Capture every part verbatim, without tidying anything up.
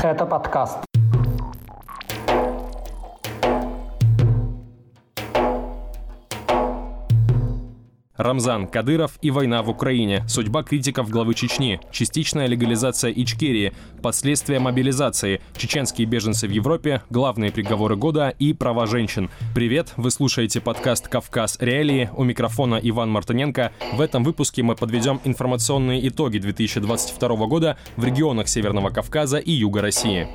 Это подкаст. Рамзан Кадыров и война в Украине. Судьба критиков главы Чечни. Частичная легализация Ичкерии. Последствия мобилизации. Чеченские беженцы в Европе. Главные приговоры года и права женщин. Привет, вы слушаете подкаст «Кавказ. Реалии». У микрофона Иван Мартыненко. В этом выпуске мы подведем информационные итоги две тысячи двадцать второго года в регионах Северного Кавказа и Юга России.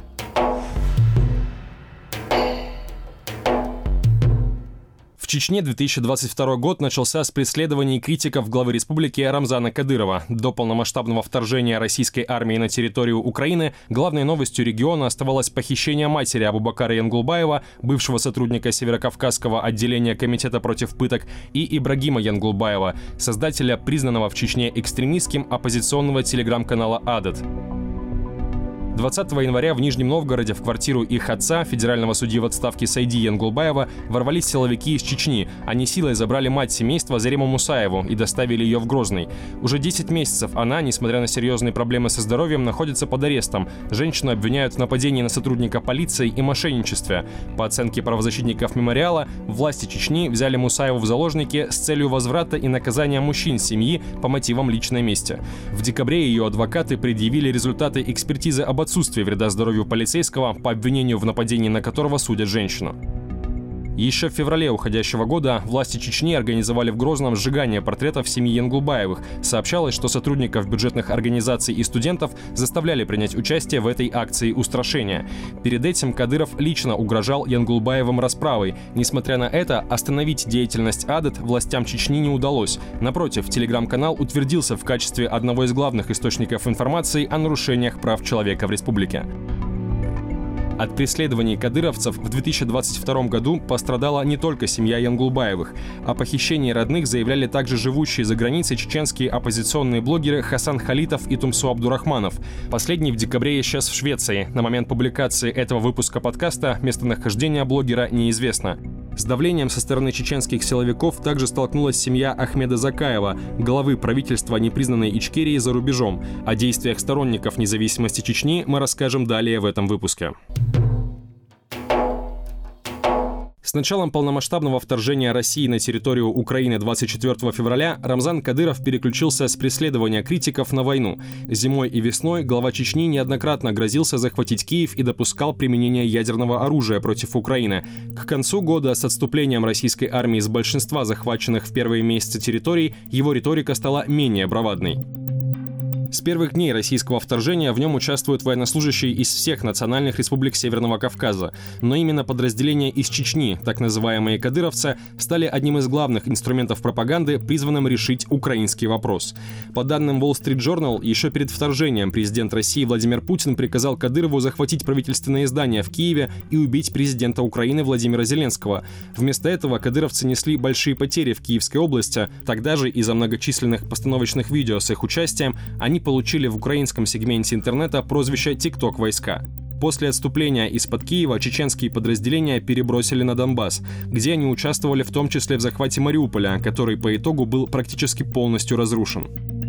В Чечне две тысячи двадцать второй год начался с преследований критиков главы республики Рамзана Кадырова. До полномасштабного вторжения российской армии на территорию Украины главной новостью региона оставалось похищение матери Абубакара Янгулбаева, бывшего сотрудника Северокавказского отделения Комитета против пыток, и Ибрагима Янгулбаева, создателя признанного в Чечне экстремистским оппозиционного телеграм-канала «Адат». двадцатого января в Нижнем Новгороде в квартиру их отца, федерального судьи в отставке Сайди Янгулбаева, ворвались силовики из Чечни. Они силой забрали мать семейства Зарему Мусаеву и доставили ее в Грозный. Уже десять месяцев она, несмотря на серьезные проблемы со здоровьем, находится под арестом. Женщину обвиняют в нападении на сотрудника полиции и мошенничестве. По оценке правозащитников «Мемориала», власти Чечни взяли Мусаеву в заложники с целью возврата и наказания мужчин семьи по мотивам личной мести. В декабре ее адвокаты предъявили результаты экспертизы об отсутствие вреда здоровью полицейского, по обвинению в нападении на которого судят женщину. Еще в феврале уходящего года власти Чечни организовали в Грозном сжигание портретов семьи Янгулбаевых. Сообщалось, что сотрудников бюджетных организаций и студентов заставляли принять участие в этой акции устрашения. Перед этим Кадыров лично угрожал Янгулбаевым расправой. Несмотря на это, остановить деятельность «Адат» властям Чечни не удалось. Напротив, телеграм-канал утвердился в качестве одного из главных источников информации о нарушениях прав человека в республике. От преследований кадыровцев в две тысячи двадцать втором году пострадала не только семья Янгулбаевых. О похищении родных заявляли также живущие за границей чеченские оппозиционные блогеры Хасан Халитов и Тумсу Абдурахманов. Последний в декабре исчез в Швеции. На момент публикации этого выпуска подкаста местонахождение блогера неизвестно. С давлением со стороны чеченских силовиков также столкнулась семья Ахмеда Закаева, главы правительства непризнанной Ичкерии за рубежом. О действиях сторонников независимости Чечни мы расскажем далее в этом выпуске. С началом полномасштабного вторжения России на территорию Украины двадцать четвёртого февраля Рамзан Кадыров переключился с преследования критиков на войну. Зимой и весной глава Чечни неоднократно грозился захватить Киев и допускал применение ядерного оружия против Украины. К концу года с отступлением российской армии с большинства захваченных в первые месяцы территорий его риторика стала менее бравадной. С первых дней российского вторжения в нем участвуют военнослужащие из всех национальных республик Северного Кавказа. Но именно подразделения из Чечни, так называемые кадыровцы, стали одним из главных инструментов пропаганды, призванным решить украинский вопрос. По данным Wall Street Journal, еще перед вторжением президент России Владимир Путин приказал Кадырову захватить правительственные здания в Киеве и убить президента Украины Владимира Зеленского. Вместо этого кадыровцы несли большие потери в Киевской области. Тогда же из-за многочисленных постановочных видео с их участием они получили в украинском сегменте интернета прозвище «ТикТок-войска». После отступления из-под Киева чеченские подразделения перебросили на Донбасс, где они участвовали в том числе в захвате Мариуполя, который по итогу был практически полностью разрушен.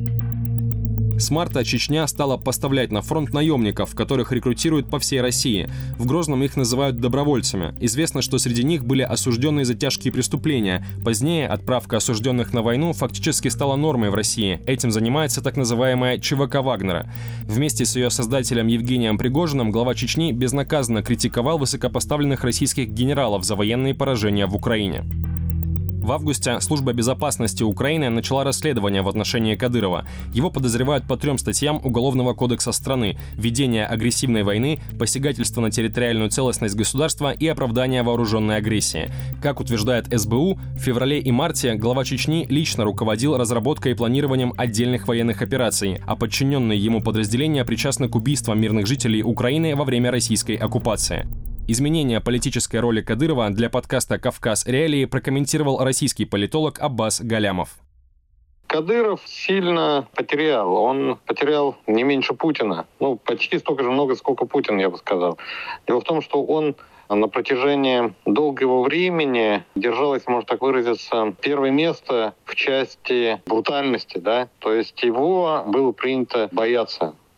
С марта Чечня стала поставлять на фронт наемников, которых рекрутируют по всей России. В Грозном их называют добровольцами. Известно, что среди них были осужденные за тяжкие преступления. Позднее отправка осужденных на войну фактически стала нормой в России. Этим занимается так называемая ЧВК Вагнера. Вместе с ее создателем Евгением Пригожиным глава Чечни безнаказанно критиковал высокопоставленных российских генералов за военные поражения в Украине. В августе Служба безопасности Украины начала расследование в отношении Кадырова. Его подозревают по трем статьям Уголовного кодекса страны: ведение агрессивной войны, посягательство на территориальную целостность государства и оправдание вооруженной агрессии. Как утверждает эс бэ у, в феврале и марте глава Чечни лично руководил разработкой и планированием отдельных военных операций, а подчиненные ему подразделения причастны к убийствам мирных жителей Украины во время российской оккупации. Изменение политической роли Кадырова для подкаста «Кавказ. Реалии» прокомментировал российский политолог Аббас Галямов. Кадыров сильно потерял. Он потерял не меньше Путина. Ну, почти столько же много, сколько Путин, я бы сказал. Дело в том, что он на протяжении долгого времени держал, если можно так выразиться, первое место в части брутальности, да. То есть его было принято бояться.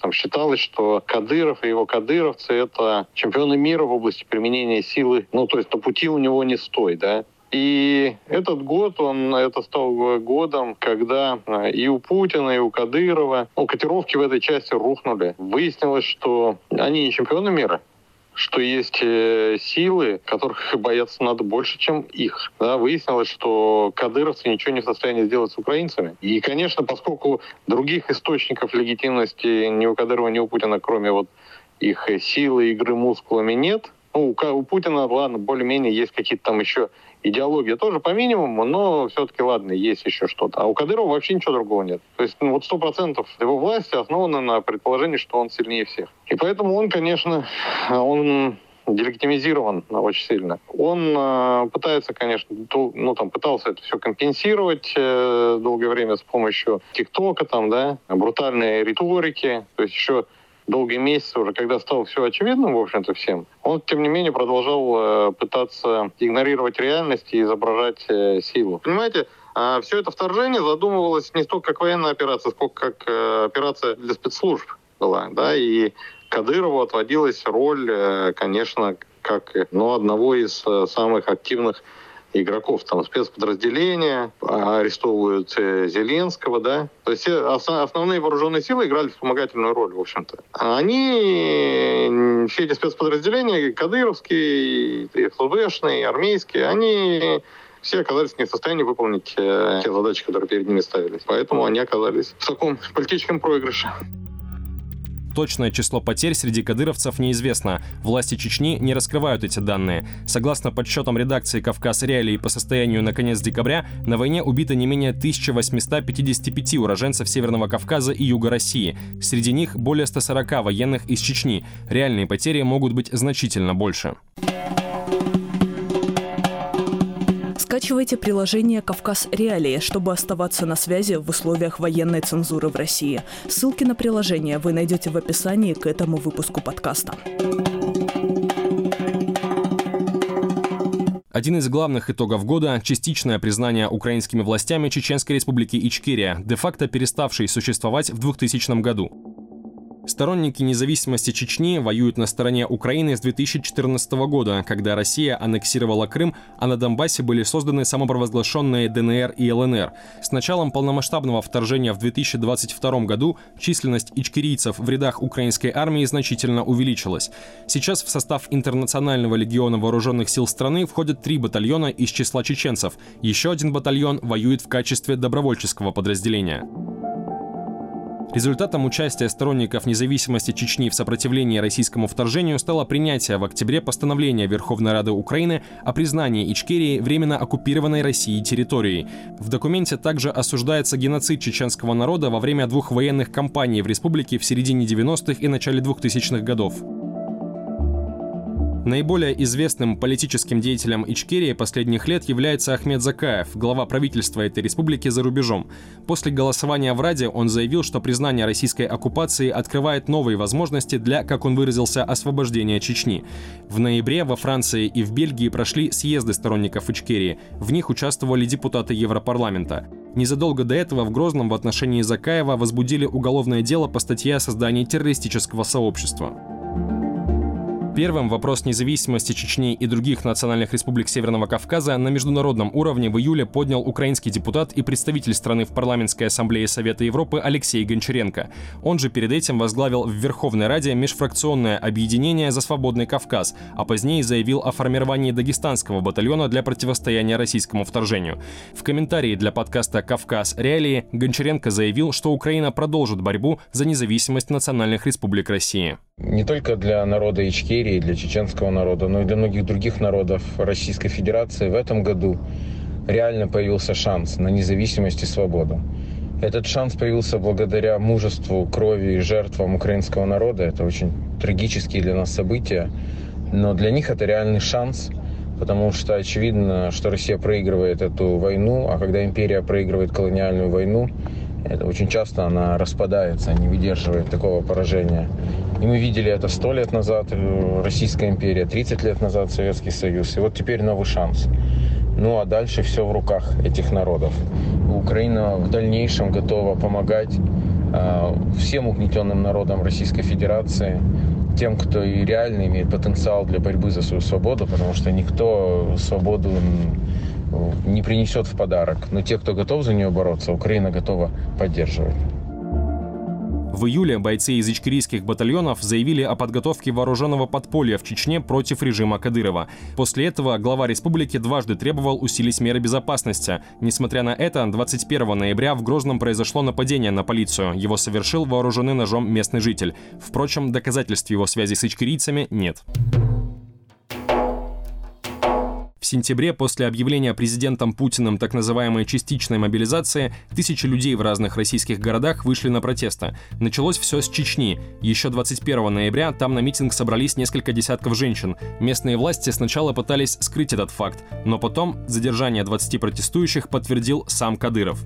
Там считалось, что Кадыров и его кадыровцы — это чемпионы мира в области применения силы. Ну, то есть на пути у него не стой, да. И этот год, он, это стал годом, когда и у Путина, и у Кадырова ну, котировки в этой части рухнули. Выяснилось, что они не чемпионы мира, что есть силы, которых бояться надо больше, чем их. Да, выяснилось, что кадыровцы ничего не в состоянии сделать с украинцами. И, конечно, поскольку других источников легитимности ни у Кадырова, ни у Путина, кроме вот их силы, игры мускулами, нет. Ну, у Путина, ладно, более-менее есть какие-то там еще идеология тоже по минимуму, но все-таки, ладно, есть еще что-то. А у Кадырова вообще ничего другого нет. То есть ну, вот сто процентов его власти основаны на предположении, что он сильнее всех. И поэтому он, конечно, он делегитимизирован очень сильно. Он э, пытается, конечно, дол- ну там пытался это все компенсировать э, долгое время с помощью ТикТока, там, да, брутальной риторики, то есть еще долгие месяцы уже, когда стало все очевидным, в общем-то, всем, он, тем не менее, продолжал э, пытаться игнорировать реальность и изображать э, силу. Понимаете, э, все это вторжение задумывалось не столько как военная операция, сколько как э, операция для спецслужб была, да, и Кадырову отводилась роль, э, конечно, как ну, одного из э, самых активных игроков, там, спецподразделения, арестовывают Зеленского, да. То есть основные вооруженные силы играли вспомогательную роль, в общем-то. Они, все эти спецподразделения, кадыровские, ФСБшные, армейские, они все оказались не в состоянии выполнить те задачи, которые перед ними ставились. Поэтому они оказались в таком политическом проигрыше. Точное число потерь среди кадыровцев неизвестно. Власти Чечни не раскрывают эти данные. Согласно подсчетам редакции «Кавказ Реалии» по состоянию на конец декабря, на войне убито не менее тысяча восемьсот пятьдесят пять уроженцев Северного Кавказа и Юга России. Среди них более ста сорока военных из Чечни. Реальные потери могут быть значительно больше. Скачивайте приложение «Кавказ Реалии», чтобы оставаться на связи в условиях военной цензуры в России. Ссылки на приложение вы найдете в описании к этому выпуску подкаста. Один из главных итогов года – частичное признание украинскими властями Чеченской республики Ичкерия, де-факто переставшей существовать в двухтысячном году. Сторонники независимости Чечни воюют на стороне Украины с две тысячи четырнадцатого года, когда Россия аннексировала Крым, а на Донбассе были созданы самопровозглашенные ДНР и ЛНР. С началом полномасштабного вторжения в две тысячи двадцать втором году численность ичкерийцев в рядах украинской армии значительно увеличилась. Сейчас в состав Интернационального легиона вооруженных сил страны входят три батальона из числа чеченцев. Еще один батальон воюет в качестве добровольческого подразделения. Результатом участия сторонников независимости Чечни в сопротивлении российскому вторжению стало принятие в октябре постановления Верховной Рады Украины о признании Ичкерии временно оккупированной Россией территорией. В документе также осуждается геноцид чеченского народа во время двух военных кампаний в республике в середине девяностых и начале двухтысячных годов. Наиболее известным политическим деятелем Ичкерии последних лет является Ахмед Закаев, глава правительства этой республики за рубежом. После голосования в Раде он заявил, что признание российской оккупации открывает новые возможности для, как он выразился, освобождения Чечни. В ноябре во Франции и в Бельгии прошли съезды сторонников Ичкерии. В них участвовали депутаты Европарламента. Незадолго до этого в Грозном в отношении Закаева возбудили уголовное дело по статье о создании террористического сообщества. Первым вопрос независимости Чечни и других национальных республик Северного Кавказа на международном уровне в июле поднял украинский депутат и представитель страны в Парламентской ассамблее Совета Европы Алексей Гончаренко. Он же перед этим возглавил в Верховной Раде межфракционное объединение «За свободный Кавказ», а позднее заявил о формировании дагестанского батальона для противостояния российскому вторжению. В комментарии для подкаста «Кавказ Реалии» Гончаренко заявил, что Украина продолжит борьбу за независимость национальных республик России. Не только для народа Ичкерии, для чеченского народа, но и для многих других народов Российской Федерации в этом году реально появился шанс на независимость и свободу. Этот шанс появился благодаря мужеству, крови и жертвам украинского народа. Это очень трагические для нас события, но для них это реальный шанс, потому что очевидно, что Россия проигрывает эту войну, а когда империя проигрывает колониальную войну, это очень часто она распадается, не выдерживает такого поражения. И мы видели это сто лет назад, Российская империя, тридцать лет назад Советский Союз. И вот теперь новый шанс. Ну а дальше все в руках этих народов. Украина в дальнейшем готова помогать всем угнетенным народам Российской Федерации, тем, кто и реально имеет потенциал для борьбы за свою свободу, потому что никто свободу не принесет в подарок. Но те, кто готов за нее бороться, Украина готова поддерживать. В июле бойцы из ичкерийских батальонов заявили о подготовке вооруженного подполья в Чечне против режима Кадырова. После этого глава республики дважды требовал усилить меры безопасности. Несмотря на это, двадцать первого ноября в Грозном произошло нападение на полицию. Его совершил вооруженный ножом местный житель. Впрочем, доказательств его связи с ичкерийцами нет. В сентябре, после объявления президентом Путиным так называемой частичной мобилизации, тысячи людей в разных российских городах вышли на протесты. Началось все с Чечни. Еще двадцать первого ноября там на митинг собрались несколько десятков женщин. Местные власти сначала пытались скрыть этот факт, но потом задержание двадцати протестующих подтвердил сам Кадыров.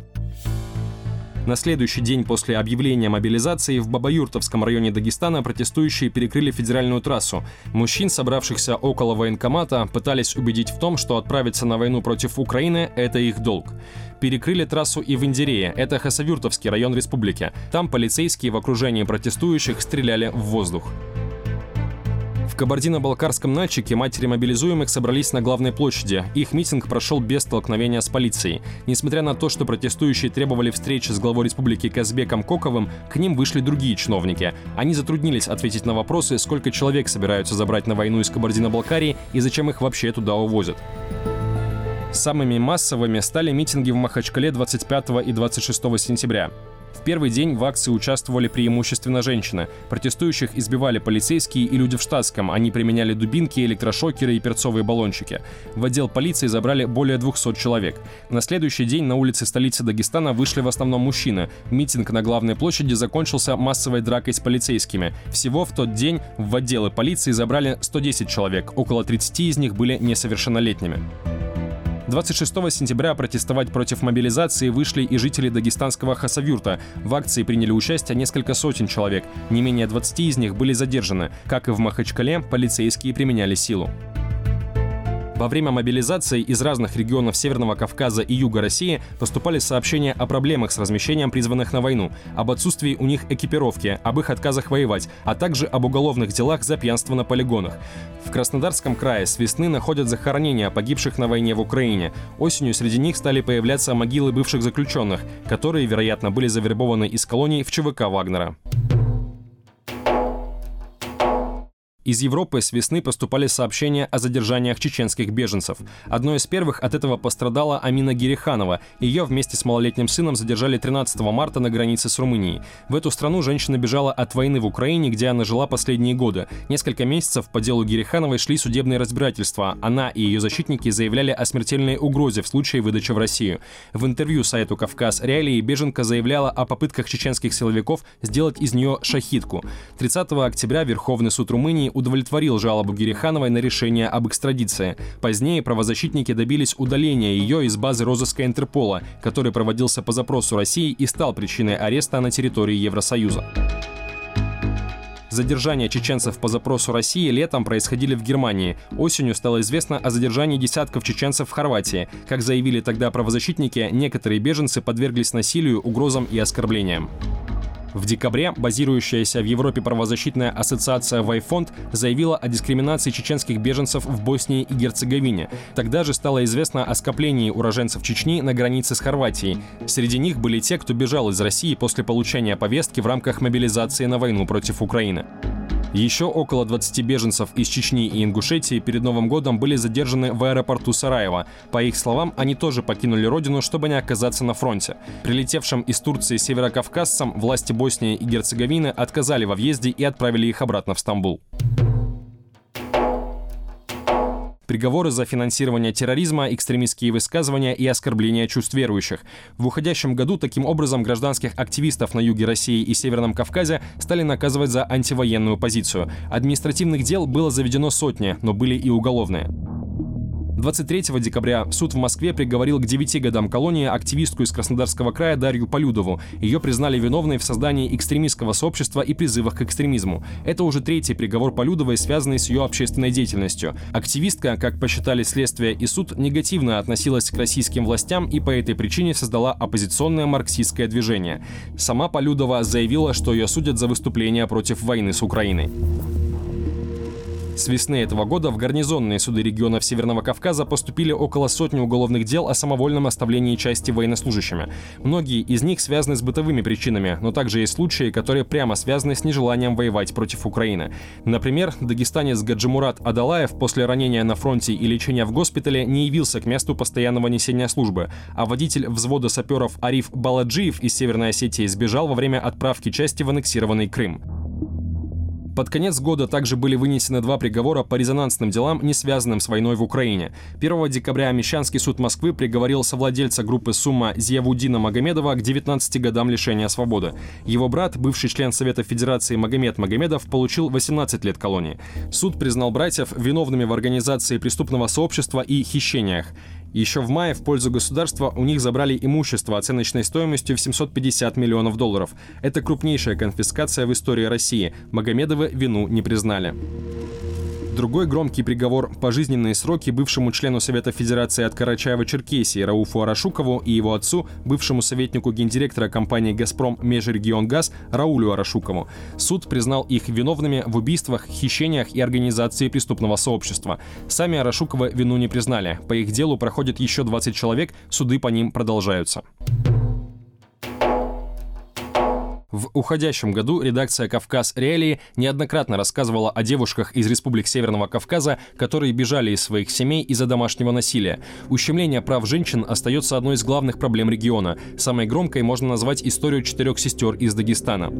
На следующий день после объявления мобилизации в Бабаюртовском районе Дагестана протестующие перекрыли федеральную трассу. Мужчин, собравшихся около военкомата, пытались убедить в том, что отправиться на войну против Украины – это их долг. Перекрыли трассу и в Индерее, это Хасавюртовский район республики. Там полицейские в окружении протестующих стреляли в воздух. В Кабардино-Балкарском Нальчике матери мобилизуемых собрались на главной площади. Их митинг прошел без столкновения с полицией. Несмотря на то, что протестующие требовали встречи с главой республики Казбеком Коковым, к ним вышли другие чиновники. Они затруднились ответить на вопросы, сколько человек собираются забрать на войну из Кабардино-Балкарии и зачем их вообще туда увозят. Самыми массовыми стали митинги в Махачкале двадцать пятого и двадцать шестого сентября. В первый день в акции участвовали преимущественно женщины. Протестующих избивали полицейские и люди в штатском. Они применяли дубинки, электрошокеры и перцовые баллончики. В отдел полиции забрали более двухсот человек. На следующий день на улице столицы Дагестана вышли в основном мужчины. Митинг на главной площади закончился массовой дракой с полицейскими. Всего в тот день в отделы полиции забрали сто десять человек. Около тридцати из них были несовершеннолетними. двадцать шестого сентября протестовать против мобилизации вышли и жители дагестанского Хасавюрта. В акции приняли участие несколько сотен человек. Не менее двадцати из них были задержаны. Как и в Махачкале, полицейские применяли силу. Во время мобилизации из разных регионов Северного Кавказа и Юга России поступали сообщения о проблемах с размещением призванных на войну, об отсутствии у них экипировки, об их отказах воевать, а также об уголовных делах за пьянство на полигонах. В Краснодарском крае с весны находят захоронения погибших на войне в Украине. Осенью среди них стали появляться могилы бывших заключенных, которые, вероятно, были завербованы из колоний в ЧВК Вагнера. Из Европы с весны поступали сообщения о задержаниях чеченских беженцев. Одной из первых от этого пострадала Амина Гериханова. Ее вместе с малолетним сыном задержали тринадцатого марта на границе с Румынией. В эту страну женщина бежала от войны в Украине, где она жила последние годы. Несколько месяцев по делу Герихановой шли судебные разбирательства. Она и ее защитники заявляли о смертельной угрозе в случае выдачи в Россию. В интервью сайту «Кавказ Реалии» беженка заявляла о попытках чеченских силовиков сделать из нее шахидку. тридцатого октября Верховный суд Румынии удовлетворил жалобу Герихановой на решение об экстрадиции. Позднее правозащитники добились удаления ее из базы розыска Интерпола, который проводился по запросу России и стал причиной ареста на территории Евросоюза. Задержания чеченцев по запросу России летом происходили в Германии. Осенью стало известно о задержании десятков чеченцев в Хорватии. Как заявили тогда правозащитники, некоторые беженцы подверглись насилию, угрозам и оскорблениям. В декабре базирующаяся в Европе правозащитная ассоциация Вайфонд заявила о дискриминации чеченских беженцев в Боснии и Герцеговине. Тогда же стало известно о скоплении уроженцев Чечни на границе с Хорватией. Среди них были те, кто бежал из России после получения повестки в рамках мобилизации на войну против Украины. Еще около двадцати беженцев из Чечни и Ингушетии перед Новым годом были задержаны в аэропорту Сараево. По их словам, они тоже покинули родину, чтобы не оказаться на фронте. Прилетевшим из Турции северокавказцам власти Боснии и Герцеговины отказали во въезде и отправили их обратно в Стамбул. Приговоры за финансирование терроризма, экстремистские высказывания и оскорбления чувств верующих. В уходящем году таким образом гражданских активистов на юге России и Северном Кавказе стали наказывать за антивоенную позицию. Административных дел было заведено сотни, но были и уголовные. двадцать третьего декабря суд в Москве приговорил к девяти годам колонии активистку из Краснодарского края Дарью Полюдову. Ее признали виновной в создании экстремистского сообщества и призывах к экстремизму. Это уже третий приговор Полюдовой, связанный с ее общественной деятельностью. Активистка, как посчитали следствие и суд, негативно относилась к российским властям и по этой причине создала оппозиционное марксистское движение. Сама Полюдова заявила, что ее судят за выступление против войны с Украиной. С весны этого года в гарнизонные суды регионов Северного Кавказа поступили около сотни уголовных дел о самовольном оставлении части военнослужащими. Многие из них связаны с бытовыми причинами, но также есть случаи, которые прямо связаны с нежеланием воевать против Украины. Например, дагестанец Гаджимурат Адалаев после ранения на фронте и лечения в госпитале не явился к месту постоянного несения службы, а водитель взвода саперов Ариф Баладжиев из Северной Осетии сбежал во время отправки части в аннексированный Крым. Под конец года также были вынесены два приговора по резонансным делам, не связанным с войной в Украине. первого декабря Мещанский суд Москвы приговорил совладельца группы «Сумма» Зиявуддина Магомедова к девятнадцати годам лишения свободы. Его брат, бывший член Совета Федерации Магомед Магомедов, получил восемнадцать лет колонии. Суд признал братьев виновными в организации преступного сообщества и хищениях. Еще в мае в пользу государства у них забрали имущество оценочной стоимостью в семьсот пятьдесят миллионов долларов. Это крупнейшая конфискация в истории России. Магомедовы вину не признали. Другой громкий приговор – пожизненные сроки бывшему члену Совета Федерации от Карачаева-Черкесии Рауфу Арашукову и его отцу, бывшему советнику гендиректора компании «Газпром» Межрегионгаз Раулю Арашукову. Суд признал их виновными в убийствах, хищениях и организации преступного сообщества. Сами Арашуковы вину не признали. По их делу проходит еще двадцать человек, суды по ним продолжаются. В уходящем году редакция «Кавказ Реалии» неоднократно рассказывала о девушках из республик Северного Кавказа, которые бежали из своих семей из-за домашнего насилия. Ущемление прав женщин остается одной из главных проблем региона. Самой громкой можно назвать историю четырех сестер из Дагестана.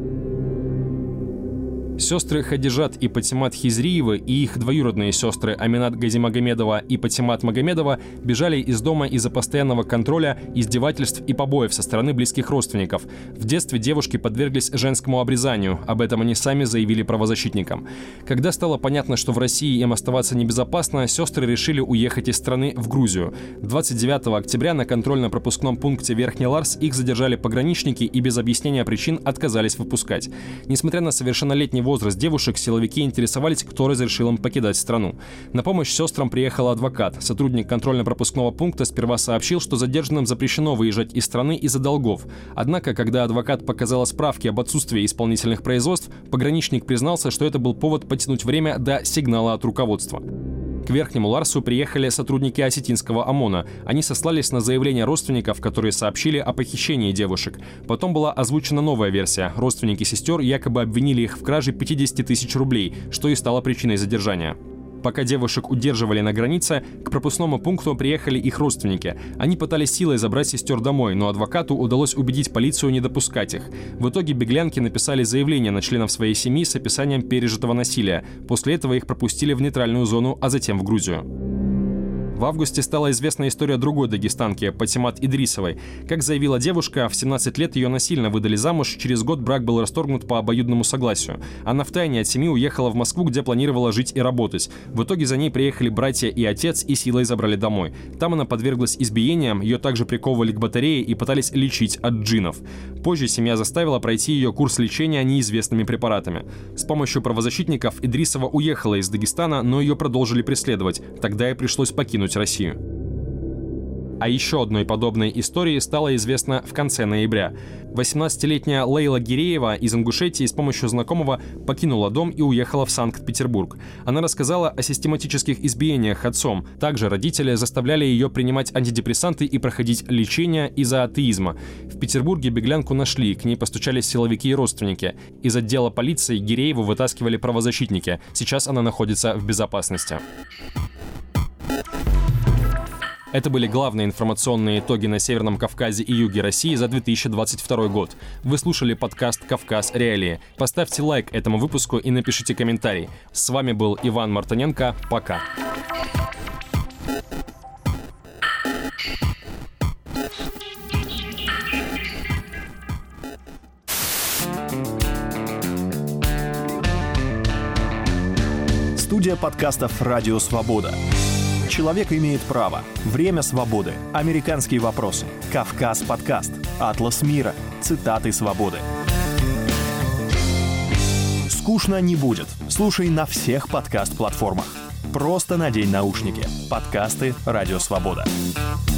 Сестры Хадижат и Патимат Хизриевы и их двоюродные сестры Аминат Газимагомедова и Патимат Магомедова бежали из дома из-за постоянного контроля, издевательств и побоев со стороны близких родственников. В детстве девушки подверглись женскому обрезанию, об этом они сами заявили правозащитникам. Когда стало понятно, что в России им оставаться небезопасно, сестры решили уехать из страны в Грузию. двадцать девятого октября на контрольно-пропускном пункте Верхний Ларс их задержали пограничники и без объяснения причин отказались выпускать. Несмотря на совершеннолетний возраст девушек, силовики интересовались, кто разрешил им покидать страну. На помощь сестрам приехал адвокат. Сотрудник контрольно-пропускного пункта сперва сообщил, что задержанным запрещено выезжать из страны из-за долгов. Однако, когда адвокат показал справки об отсутствии исполнительных производств, пограничник признался, что это был повод потянуть время до сигнала от руководства. К Верхнему Ларсу приехали сотрудники осетинского ОМОНа. Они сослались на заявления родственников, которые сообщили о похищении девушек. Потом была озвучена новая версия. Родственники сестер якобы обвинили их в краже пятидесяти тысяч рублей, что и стало причиной задержания. Пока девушек удерживали на границе, к пропускному пункту приехали их родственники. Они пытались силой забрать сестер домой, но адвокату удалось убедить полицию не допускать их. В итоге беглянки написали заявление на членов своей семьи с описанием пережитого насилия. После этого их пропустили в нейтральную зону, а затем в Грузию. В августе стала известна история другой дагестанки, Патимат Идрисовой. Как заявила девушка, в семнадцать лет ее насильно выдали замуж, через год брак был расторгнут по обоюдному согласию. Она втайне от семьи уехала в Москву, где планировала жить и работать. В итоге за ней приехали братья и отец и силой забрали домой. Там она подверглась избиениям, ее также приковывали к батарее и пытались лечить от джиннов. Позже семья заставила пройти ее курс лечения неизвестными препаратами. С помощью правозащитников Идрисова уехала из Дагестана, но ее продолжили преследовать. Тогда ей пришлось покинуть Россию. А еще одной подобной истории стало известно в конце ноября. восемнадцатилетняя Лейла Гиреева из Ингушетии с помощью знакомого покинула дом и уехала в Санкт-Петербург. Она рассказала о систематических избиениях отцом. Также родители заставляли ее принимать антидепрессанты и проходить лечение из-за атеизма. В Петербурге беглянку нашли, к ней постучались силовики и родственники. Из отдела полиции Гирееву вытаскивали правозащитники. Сейчас она находится в безопасности. Это были главные информационные итоги на Северном Кавказе и юге России за две тысячи двадцать второй год. Вы слушали подкаст «Кавказ Реалии». Поставьте лайк этому выпуску и напишите комментарий. С вами был Иван Мартыненко. Пока. Студия подкастов «Радио Свобода». Человек имеет право. Время свободы. Американские вопросы. Кавказ подкаст. Атлас мира. Цитаты свободы. Скучно не будет. Слушай на всех подкаст-платформах. Просто надень наушники. Подкасты «Радио Свобода».